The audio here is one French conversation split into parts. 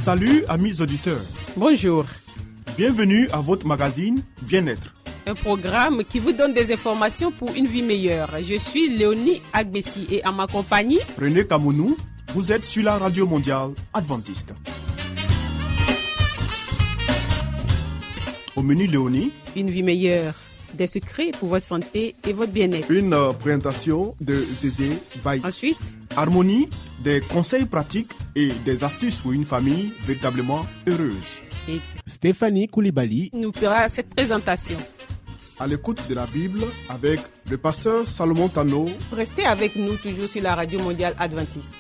Salut amis auditeurs. Bonjour. Bienvenue à votre magazine Bien-être. Un programme qui vous donne des informations pour une vie meilleure. Je suis Léonie Agbessi et à ma compagnie, René Kamounou, vous êtes sur la radio mondiale adventiste. Au menu Léonie, une vie meilleure, des secrets pour votre santé et votre bien-être. Une présentation de Zézé Baye. Ensuite, Harmonie, des conseils pratiques et des astuces pour une famille véritablement heureuse. et Stéphanie Koulibaly nous fera cette présentation. À l'écoute de la Bible avec le pasteur Salomon Tano. Restez avec nous toujours sur la radio mondiale adventiste.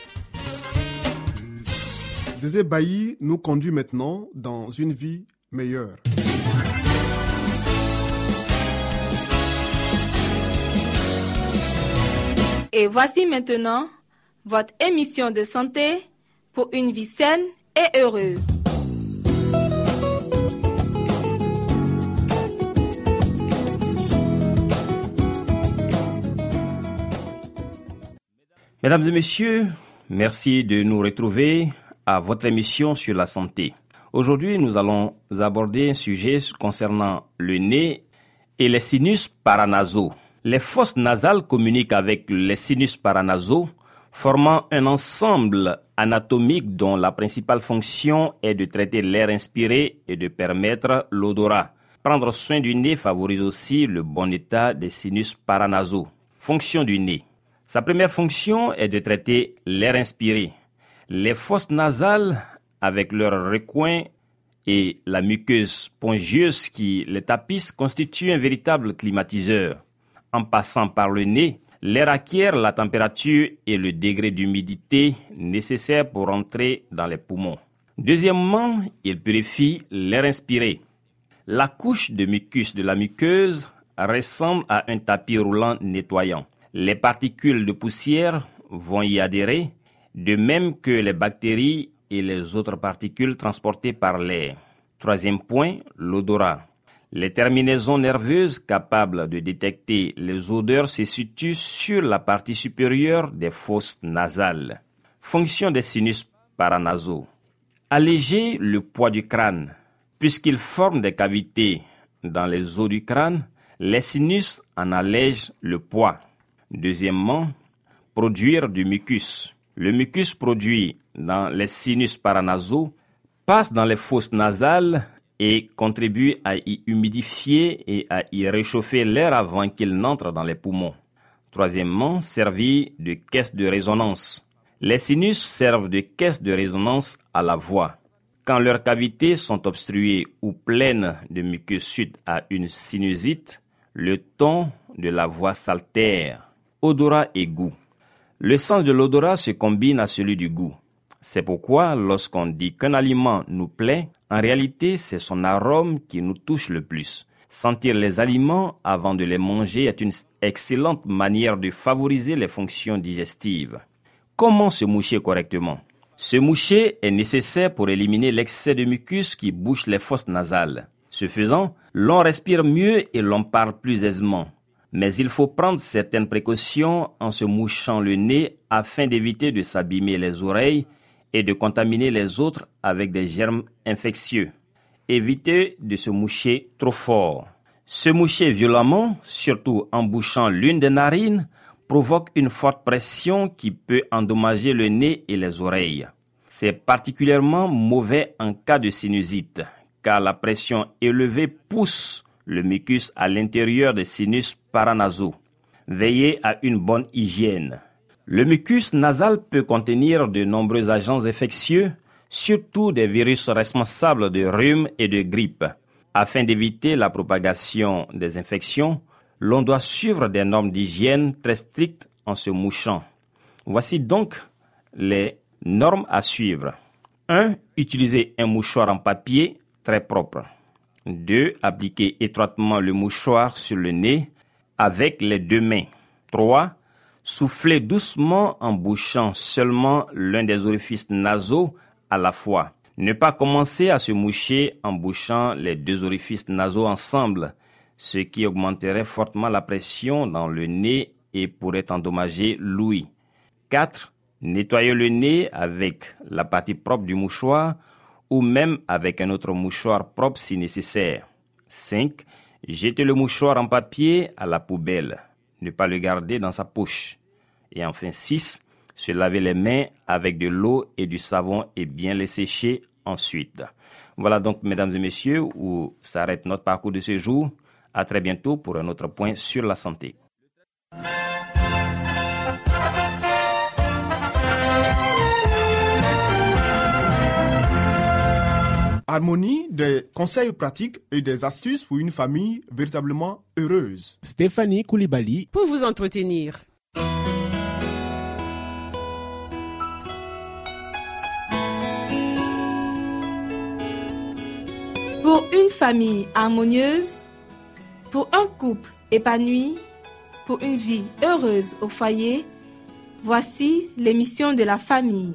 Zézé Baye nous conduit maintenant dans une vie meilleure. Et voici maintenant votre émission de santé pour une vie saine et heureuse. Mesdames et messieurs, merci de nous retrouver à votre émission sur la santé. Aujourd'hui, nous allons aborder un sujet concernant le nez et les sinus paranasaux. Les fosses nasales communiquent avec les sinus paranasaux, formant un ensemble anatomique dont la principale fonction est de traiter l'air inspiré et de permettre l'odorat. Prendre soin du nez favorise aussi le bon état des sinus paranasaux. Fonction du nez. Sa première fonction est de traiter l'air inspiré. Les fosses nasales, avec leur recoin et la muqueuse spongieuse qui les tapisse, constituent un véritable climatiseur. En passant par le nez, l'air acquiert la température et le degré d'humidité nécessaires pour entrer dans les poumons. Deuxièmement, il purifie l'air inspiré. La couche de mucus de la muqueuse ressemble à un tapis roulant nettoyant. Les particules de poussière vont y adhérer, de même que les bactéries et les autres particules transportées par l'air. Troisième point, l'odorat. Les terminaisons nerveuses capables de détecter les odeurs se situent sur la partie supérieure des fosses nasales. Fonction des sinus paranasaux. Alléger le poids du crâne. Puisqu'ils forment des cavités dans les os du crâne, les sinus en allègent le poids. Deuxièmement, produire du mucus. Le mucus produit dans les sinus paranasaux passe dans les fosses nasales et contribue à y humidifier et à y réchauffer l'air avant qu'il n'entre dans les poumons. Troisièmement, servir de caisse de résonance. Les sinus servent de caisse de résonance à la voix. Quand leurs cavités sont obstruées ou pleines de muqueuse suite à une sinusite, le ton de la voix s'altère. Odorat et goût. Le sens de l'odorat se combine à celui du goût. C'est pourquoi, lorsqu'on dit qu'un aliment nous plaît, en réalité, c'est son arôme qui nous touche le plus. Sentir les aliments avant de les manger est une excellente manière de favoriser les fonctions digestives. Comment se moucher correctement? Se moucher est nécessaire pour éliminer l'excès de mucus qui bouche les fosses nasales. Ce faisant, l'on respire mieux et l'on parle plus aisément. Mais il faut prendre certaines précautions en se mouchant le nez afin d'éviter de s'abîmer les oreilles et de contaminer les autres avec des germes infectieux. Évitez de se moucher trop fort. Se moucher violemment, surtout en bouchant l'une des narines, provoque une forte pression qui peut endommager le nez et les oreilles. C'est particulièrement mauvais en cas de sinusite, car la pression élevée pousse le mucus à l'intérieur des sinus paranasaux. Veillez à une bonne hygiène. Le mucus nasal peut contenir de nombreux agents infectieux, surtout des virus responsables de rhume et de grippe. Afin d'éviter la propagation des infections, l'on doit suivre des normes d'hygiène très strictes en se mouchant. Voici donc les normes à suivre. 1. Utilisez un mouchoir en papier très propre. 2. Appliquez étroitement le mouchoir sur le nez avec les deux mains. 3. Soufflez doucement en bouchant seulement l'un des orifices nasaux à la fois. Ne pas commencer à se moucher en bouchant les deux orifices nasaux ensemble, ce qui augmenterait fortement la pression dans le nez et pourrait endommager l'ouïe. 4. Nettoyez le nez avec la partie propre du mouchoir ou même avec un autre mouchoir propre si nécessaire. 5. Jetez le mouchoir en papier à la poubelle. Ne pas le garder dans sa poche. Et enfin 6. Se laver les mains avec de l'eau et du savon et bien les sécher ensuite. Voilà donc, mesdames et messieurs, où s'arrête notre parcours de ce jour. À très bientôt pour un autre point sur la santé. Harmonie, des conseils pratiques et des astuces pour une famille véritablement heureuse. Stéphanie Koulibaly Pour vous entretenir. Pour une famille harmonieuse, pour un couple épanoui, pour une vie heureuse au foyer, voici l'émission de la famille.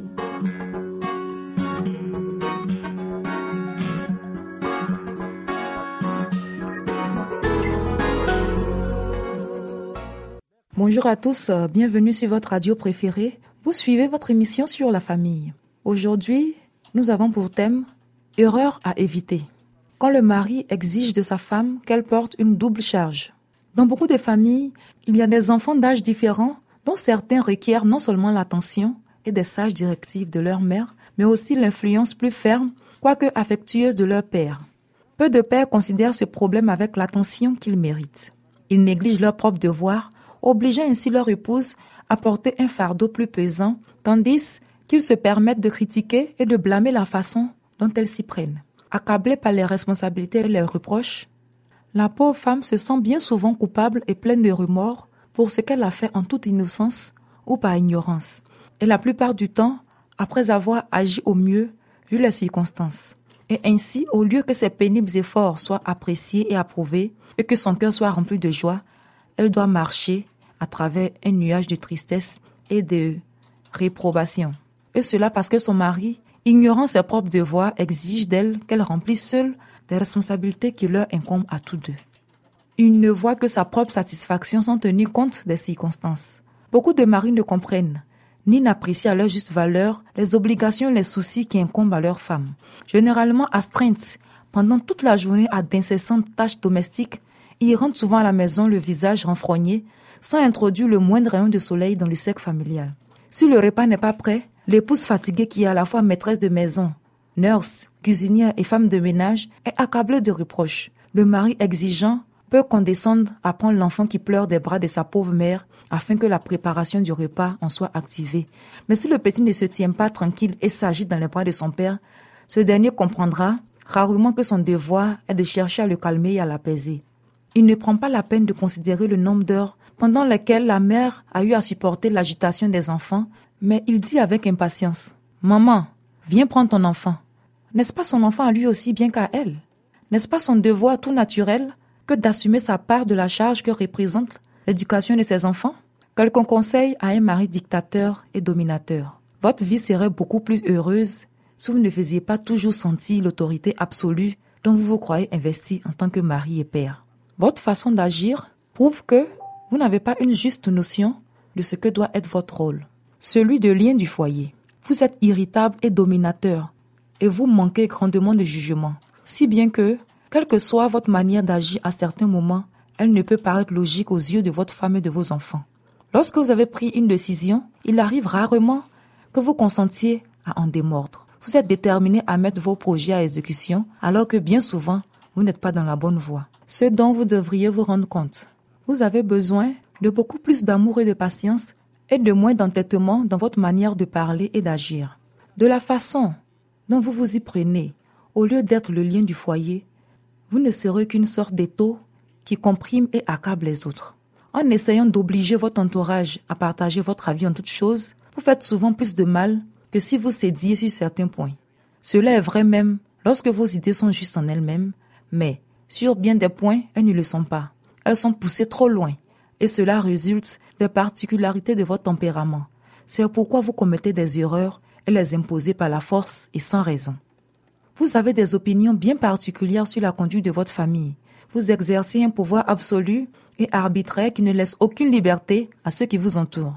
Bonjour à tous, bienvenue sur votre radio préférée. Vous suivez votre émission sur la famille. Aujourd'hui, nous avons pour thème « Erreur à éviter ». Quand le mari exige de sa femme qu'elle porte une double charge. Dans beaucoup de familles, il y a des enfants d'âge différents dont certains requièrent non seulement l'attention et des sages directives de leur mère, mais aussi l'influence plus ferme, quoique affectueuse de leur père. Peu de pères considèrent ce problème avec l'attention qu'ils méritent. Ils négligent leurs propres devoirs, obligeant ainsi leur épouse à porter un fardeau plus pesant, tandis qu'ils se permettent de critiquer et de blâmer la façon dont elles s'y prennent. Accablée par les responsabilités et les reproches, la pauvre femme se sent bien souvent coupable et pleine de remords pour ce qu'elle a fait en toute innocence ou par ignorance, et la plupart du temps, après avoir agi au mieux, vu les circonstances. Et ainsi, au lieu que ses pénibles efforts soient appréciés et approuvés, et que son cœur soit rempli de joie, elle doit marcher à travers un nuage de tristesse et de réprobation. Et cela parce que son mari, ignorant ses propres devoirs, exige d'elle qu'elle remplisse seule des responsabilités qui leur incombent à tous deux. Il ne voit que sa propre satisfaction sans tenir compte des circonstances. Beaucoup de maris ne comprennent, ni n'apprécient à leur juste valeur les obligations et les soucis qui incombent à leurs femmes. Généralement astreintes pendant toute la journée à d'incessantes tâches domestiques, ils rentrent souvent à la maison le visage renfrogné, sans introduire le moindre rayon de soleil dans le cercle familial. Si le repas n'est pas prêt, l'épouse fatiguée qui est à la fois maîtresse de maison, nurse, cuisinière et femme de ménage est accablée de reproches. Le mari exigeant peut condescendre à prendre l'enfant qui pleure des bras de sa pauvre mère afin que la préparation du repas en soit activée. Mais si le petit ne se tient pas tranquille et s'agite dans les bras de son père, ce dernier comprendra rarement que son devoir est de chercher à le calmer et à l'apaiser. Il ne prend pas la peine de considérer le nombre d'heures pendant lesquelles la mère a eu à supporter l'agitation des enfants, mais il dit avec impatience « Maman, viens prendre ton enfant. N'est-ce pas son enfant à lui aussi bien qu'à elle? N'est-ce pas son devoir tout naturel que d'assumer sa part de la charge que représente l'éducation de ses enfants? » Quelqu'un conseille à un mari dictateur et dominateur. Votre vie serait beaucoup plus heureuse si vous ne faisiez pas toujours sentir l'autorité absolue dont vous vous croyez investi en tant que mari et père. Votre façon d'agir prouve que vous n'avez pas une juste notion de ce que doit être votre rôle, celui de lien du foyer. Vous êtes irritable et dominateur et vous manquez grandement de jugement, si bien que, quelle que soit votre manière d'agir à certains moments, elle ne peut paraître logique aux yeux de votre femme et de vos enfants. Lorsque vous avez pris une décision, il arrive rarement que vous consentiez à en démordre. Vous êtes déterminé à mettre vos projets à exécution, alors que bien souvent, vous n'êtes pas dans la bonne voie. Ce dont vous devriez vous rendre compte. Vous avez besoin de beaucoup plus d'amour et de patience et de moins d'entêtement dans votre manière de parler et d'agir. De la façon dont vous vous y prenez, au lieu d'être le lien du foyer, vous ne serez qu'une sorte d'étau qui comprime et accable les autres. En essayant d'obliger votre entourage à partager votre avis en toutes choses, vous faites souvent plus de mal que si vous cédiez sur certains points. Cela est vrai même lorsque vos idées sont justes en elles-mêmes, mais sur bien des points, elles ne le sont pas. Elles sont poussées trop loin et cela résulte des particularités de votre tempérament. C'est pourquoi vous commettez des erreurs et les imposez par la force et sans raison. Vous avez des opinions bien particulières sur la conduite de votre famille. Vous exercez un pouvoir absolu et arbitraire qui ne laisse aucune liberté à ceux qui vous entourent.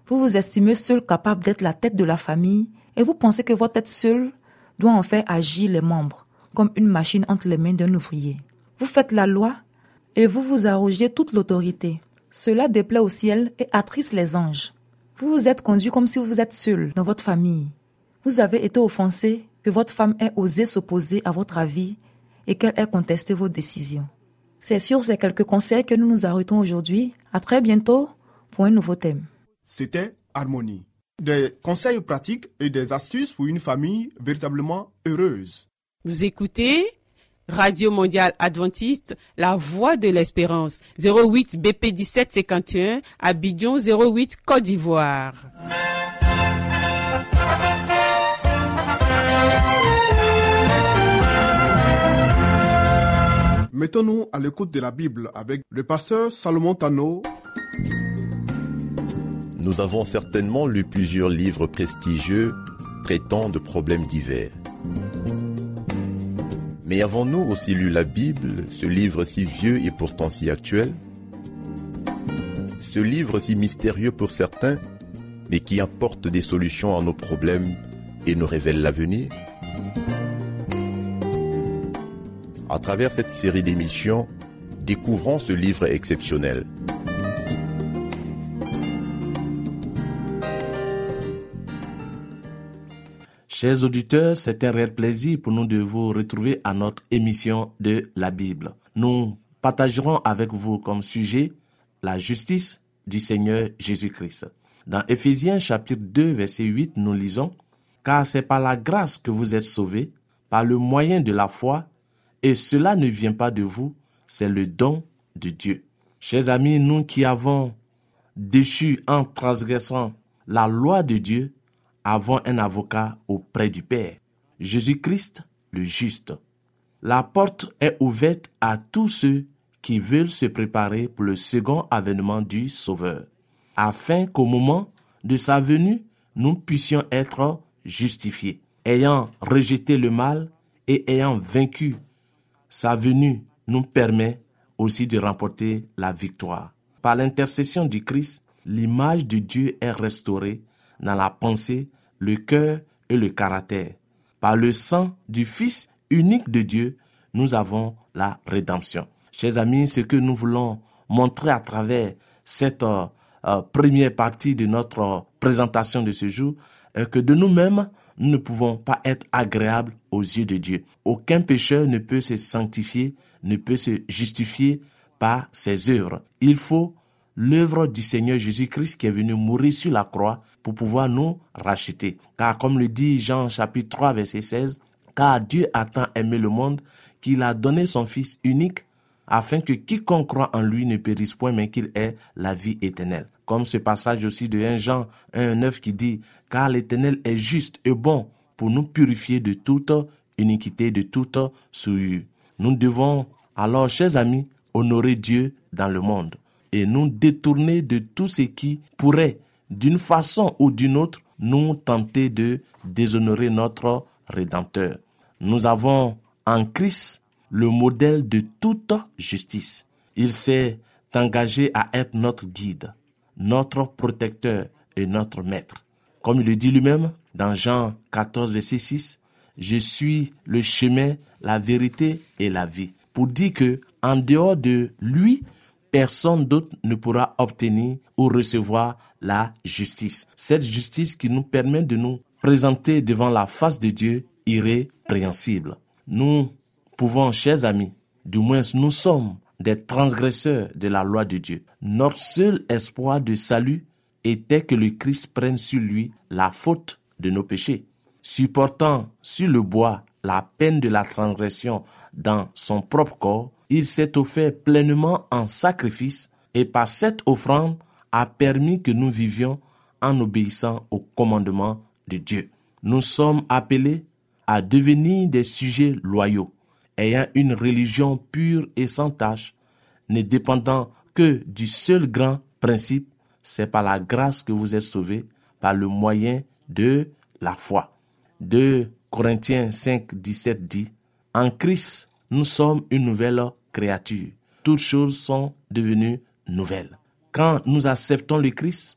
Vous vous estimez seul capable d'être la tête de la famille et vous pensez que votre tête seule doit en faire agir les membres, comme une machine entre les mains d'un ouvrier. Vous faites la loi et vous vous arrogez toute l'autorité. Cela déplaît au ciel et attriste les anges. Vous vous êtes conduit comme si vous êtes seul dans votre famille. Vous avez été offensé que votre femme ait osé s'opposer à votre avis et qu'elle ait contesté vos décisions. C'est sur ces quelques conseils que nous nous arrêtons aujourd'hui. À très bientôt pour un nouveau thème. C'était Harmonie. Des conseils pratiques et des astuces pour une famille véritablement heureuse. Vous écoutez Radio Mondiale Adventiste, la voix de l'espérance, 08 BP 1751, Abidjan 08, Côte d'Ivoire. Mettons-nous à l'écoute de la Bible avec le pasteur Salomon Tano. Nous avons certainement lu plusieurs livres prestigieux traitant de problèmes divers. Mais avons-nous aussi lu la Bible, ce livre si vieux et pourtant si actuel? Ce livre si mystérieux pour certains, mais qui apporte des solutions à nos problèmes et nous révèle l'avenir? À travers cette série d'émissions, découvrons ce livre exceptionnel. Chers auditeurs, c'est un réel plaisir pour nous de vous retrouver à notre émission de la Bible. Nous partagerons avec vous comme sujet la justice du Seigneur Jésus-Christ. Dans Éphésiens chapitre 2, verset 8, nous lisons « Car c'est par la grâce que vous êtes sauvés, par le moyen de la foi, et cela ne vient pas de vous, c'est le don de Dieu. » Chers amis, nous qui avons déchu en transgressant la loi de Dieu, avons un avocat auprès du Père, Jésus-Christ le juste. La porte est ouverte à tous ceux qui veulent se préparer pour le second avènement du Sauveur, afin qu'au moment de sa venue, nous puissions être justifiés. Ayant rejeté le mal et ayant vaincu, sa venue nous permet aussi de remporter la victoire. Par l'intercession du Christ, l'image de Dieu est restaurée dans la pensée, le cœur et le caractère. Par le sang du Fils unique de Dieu, nous avons la rédemption. Chers amis, ce que nous voulons montrer à travers cette première partie de notre présentation de ce jour est que de nous-mêmes, nous ne pouvons pas être agréables aux yeux de Dieu. Aucun pécheur ne peut se sanctifier, ne peut se justifier par ses œuvres. Il faut l'œuvre du Seigneur Jésus-Christ qui est venu mourir sur la croix pour pouvoir nous racheter. Car comme le dit Jean chapitre 3 verset 16, « Car Dieu a tant aimé le monde qu'il a donné son Fils unique afin que quiconque croit en lui ne périsse point mais qu'il ait la vie éternelle. » Comme ce passage aussi de 1 Jean 1,9 qui dit « Car l'Éternel est juste et bon pour nous purifier de toute iniquité, de toute souillure. » Nous devons alors, chers amis, honorer Dieu dans le monde et nous détourner de tout ce qui pourrait, d'une façon ou d'une autre, nous tenter de déshonorer notre Rédempteur. Nous avons en Christ le modèle de toute justice. Il s'est engagé à être notre guide, notre protecteur et notre maître. Comme il le dit lui-même dans Jean 14, verset 6, « Je suis le chemin, la vérité et la vie. » Pour dire que en dehors de lui, personne d'autre ne pourra obtenir ou recevoir la justice. Cette justice qui nous permet de nous présenter devant la face de Dieu irrépréhensible. Nous pouvons, chers amis, du moins nous sommes des transgresseurs de la loi de Dieu. Notre seul espoir de salut était que le Christ prenne sur lui la faute de nos péchés. Supportant sur le bois la peine de la transgression dans son propre corps, il s'est offert pleinement en sacrifice et par cette offrande a permis que nous vivions en obéissant au commandement de Dieu. Nous sommes appelés à devenir des sujets loyaux, ayant une religion pure et sans tache, ne dépendant que du seul grand principe, c'est par la grâce que vous êtes sauvés, par le moyen de la foi. 2 Corinthiens 5, 17 dit, « En Christ, nous sommes une nouvelle créature. Toutes choses sont devenues nouvelles. » Quand nous acceptons le Christ,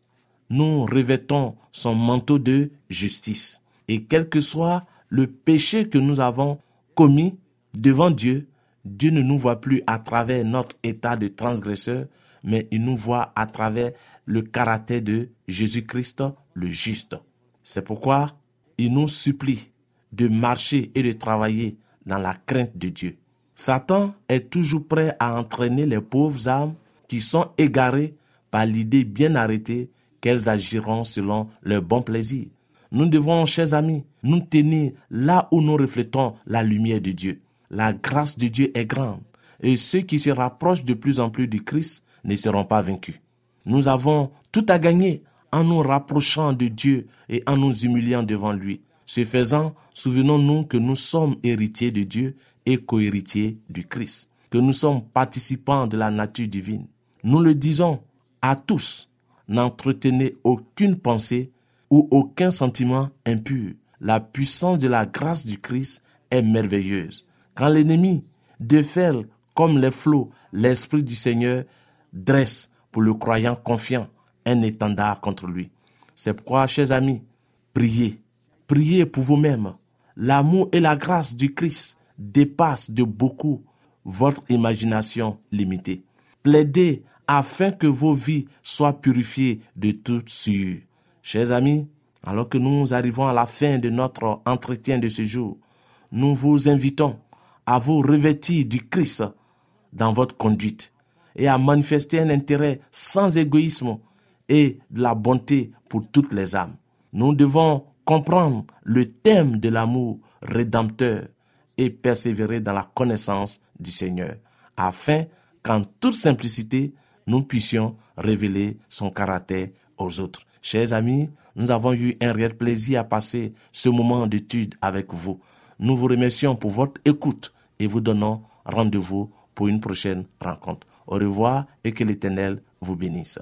nous revêtons son manteau de justice. Et quel que soit le péché que nous avons commis devant Dieu, Dieu ne nous voit plus à travers notre état de transgresseur, mais il nous voit à travers le caractère de Jésus-Christ, le juste. C'est pourquoi il nous supplie de marcher et de travailler dans la crainte de Dieu. Satan est toujours prêt à entraîner les pauvres âmes qui sont égarées par l'idée bien arrêtée qu'elles agiront selon leur bon plaisir. Nous devons, chers amis, nous tenir là où nous reflétons la lumière de Dieu. La grâce de Dieu est grande et ceux qui se rapprochent de plus en plus du Christ ne seront pas vaincus. Nous avons tout à gagner en nous rapprochant de Dieu et en nous humiliant devant lui. Ce faisant, souvenons-nous que nous sommes héritiers de Dieu et co-héritiers du Christ, que nous sommes participants de la nature divine. Nous le disons à tous, n'entretenez aucune pensée ou aucun sentiment impur. La puissance de la grâce du Christ est merveilleuse. Quand l'ennemi déferle comme les flots, l'Esprit du Seigneur dresse pour le croyant confiant un étendard contre lui. C'est pourquoi, chers amis, priez. Priez pour vous-même. L'amour et la grâce du Christ dépassent de beaucoup votre imagination limitée. Plaidez afin que vos vies soient purifiées de toute souillure. Chers amis, alors que nous arrivons à la fin de notre entretien de ce jour, nous vous invitons à vous revêtir du Christ dans votre conduite et à manifester un intérêt sans égoïsme et de la bonté pour toutes les âmes. Nous devons comprendre le thème de l'amour rédempteur et persévérer dans la connaissance du Seigneur, afin qu'en toute simplicité, nous puissions révéler son caractère aux autres. Chers amis, nous avons eu un réel plaisir à passer ce moment d'étude avec vous. Nous vous remercions pour votre écoute et vous donnons rendez-vous pour une prochaine rencontre. Au revoir et que l'Éternel vous bénisse.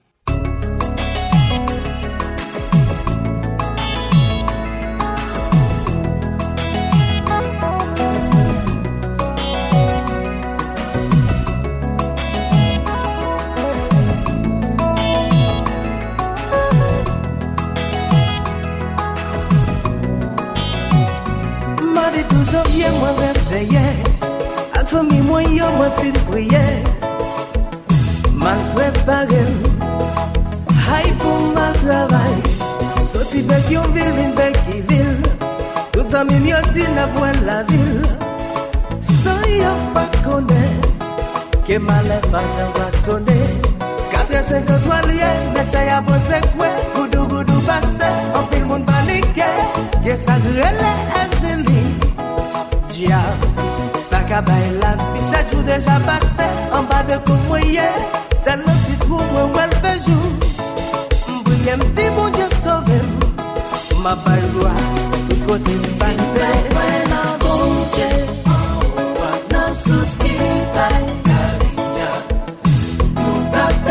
Janvier, moi réveillé, à famille, moi, yo, moi, fin prière. Mal préparé, aïe pour ma travail. Sorti Pétionville, vin Pékiville. Tout ça, mi dit, n'a point la ville. Sans yo pas connaître, que mal est pas, j'en va sonner. 453 liens, mais ça y a pensé quoi? Goudou passé, en pile monde paniqué. Que ça grêle, elle Dia, pas qu'à bailler la vie, 7 jours déjà passé, en bas de courrier, c'est le petit trou où elle fait jour. M'brille m'dit bon Dieu sauve, ma baille loi, tout côté passé. Si c'est vrai dans bon Dieu, non sous ce qui baille, nous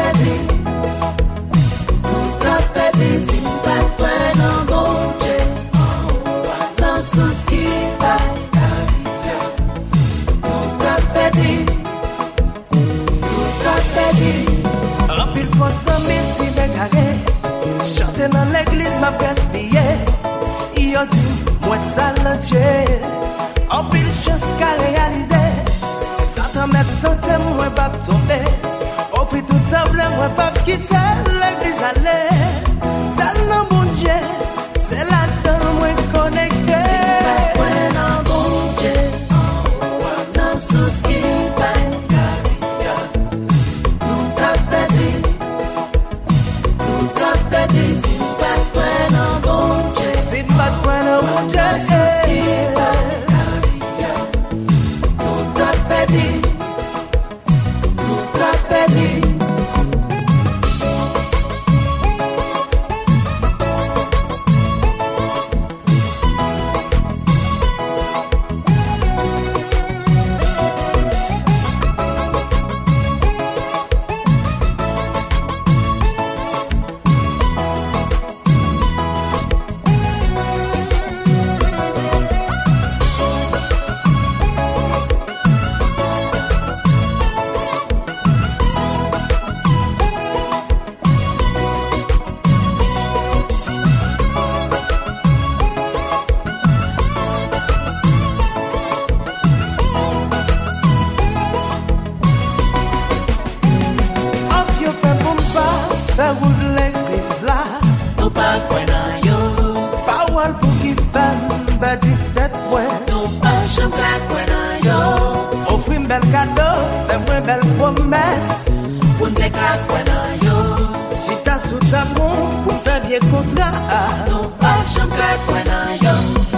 t'a pédi, si c'est vrai dans bon Dieu, non sous ce qui baille. Rempile force en métier dégaré. Chanter dans l'église m'a gaspillé. Yo dit, moi talentueux. En pile chance qu'à réaliser. Satan m'a tenté, moi pas tomber. Au prix tout ça, moi pas quitter l'église aller. Seul non bon Dieu, c'est là dedans moi connecté. Si pas point non bon Dieu, non sous ce qui paye. Si pas de point en bon Dieu, si pas de point en bon Dieu, c'est qui nous t'a pédi, nous t'a pédi. promesse. Bon Dieu ka kwen nan yo. Si ta sou ta bon pour faire bien contrat. Nou pa jam ka kwen nan yo.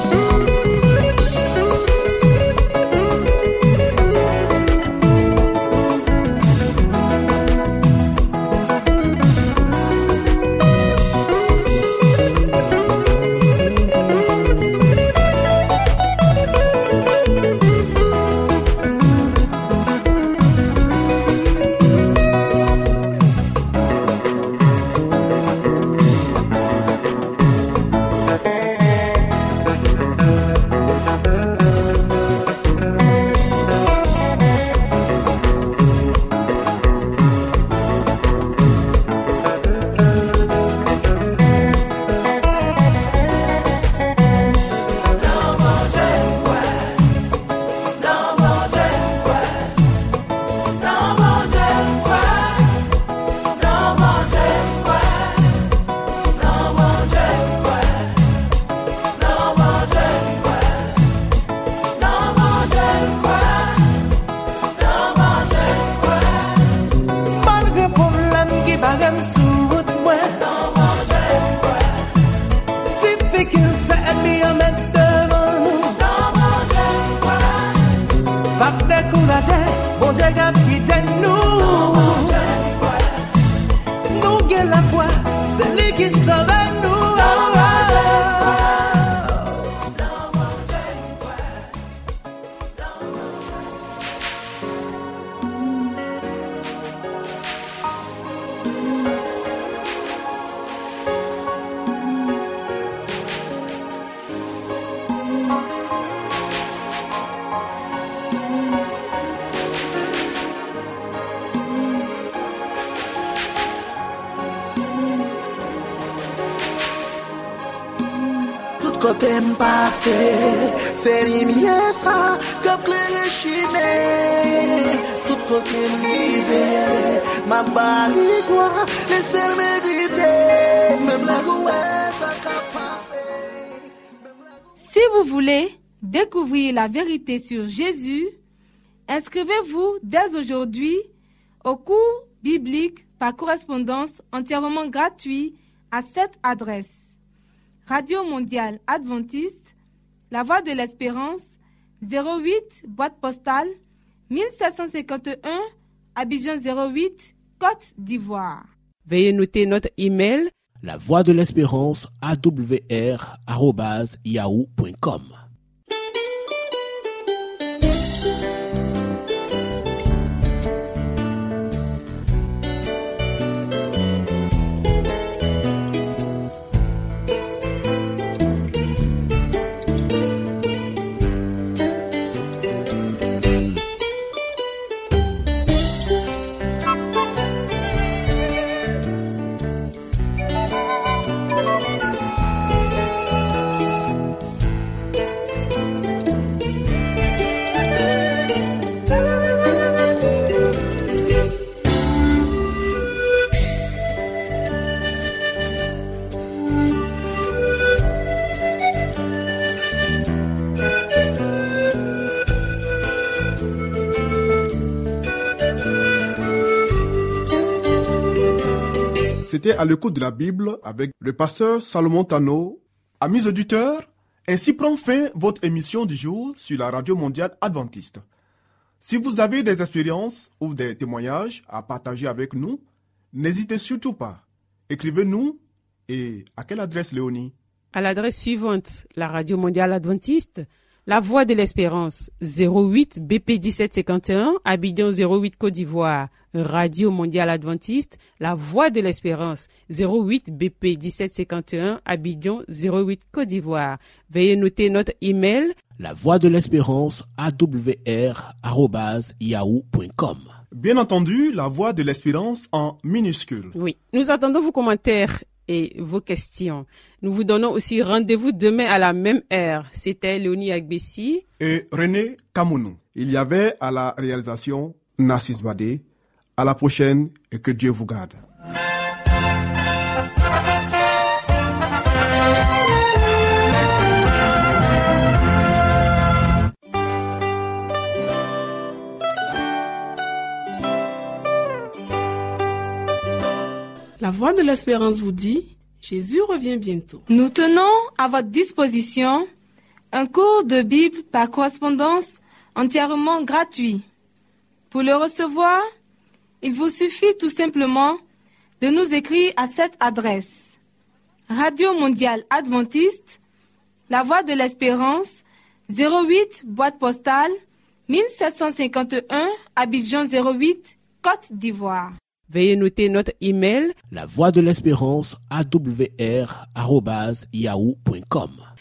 Bon Dieu a quitté nous. Nous gagnons la foi, c'est lui qui sauve nous. Côté m'passe, c'est lumière ça, que plaît chimé. Tout côté m'rivé, ma barrière quoi, laissez mériter, même la roue ça qu'a passé. Si vous voulez découvrir la vérité sur Jésus, inscrivez-vous dès aujourd'hui au cours biblique par correspondance entièrement gratuit à cette adresse. Radio Mondiale Adventiste, La Voix de l'Espérance, 08, boîte postale, 1751, Abidjan 08, Côte d'Ivoire. Veuillez noter notre email. La Voix de l'Espérance, awr@yahoo.com. C'était à l'écoute de la Bible avec le pasteur Salomon Tano. Amis auditeurs, ainsi prend fin votre émission du jour sur la Radio Mondiale Adventiste. Si vous avez des expériences ou des témoignages à partager avec nous, n'hésitez surtout pas. Écrivez-nous et à quelle adresse, Léonie? À l'adresse suivante, la Radio Mondiale Adventiste, La Voix de l'Espérance, 08 BP 1751, Abidjan 08 Côte d'Ivoire. Radio Mondiale Adventiste, La Voix de l'Espérance, 08 BP 1751, Abidjan 08 Côte d'Ivoire. Veuillez noter notre email. La Voix de l'Espérance, awr@yahoo.com. Bien entendu, La Voix de l'Espérance en minuscule. Oui, nous attendons vos commentaires et vos questions. Nous vous donnons aussi rendez-vous demain à la même heure. C'était Léonie Agbessi et René Kamounou. Il y avait à la réalisation Narcisse Badé. À la prochaine et que Dieu vous garde. La Voix de l'Espérance vous dit, Jésus revient bientôt. Nous tenons à votre disposition un cours de Bible par correspondance entièrement gratuit. Pour le recevoir, il vous suffit tout simplement de nous écrire à cette adresse: Radio Mondiale Adventiste, La Voix de l'Espérance, 08 boîte postale 1751, Abidjan 08, Côte d'Ivoire. Veuillez noter notre email La Voix de l'Espérance @yahoo.com.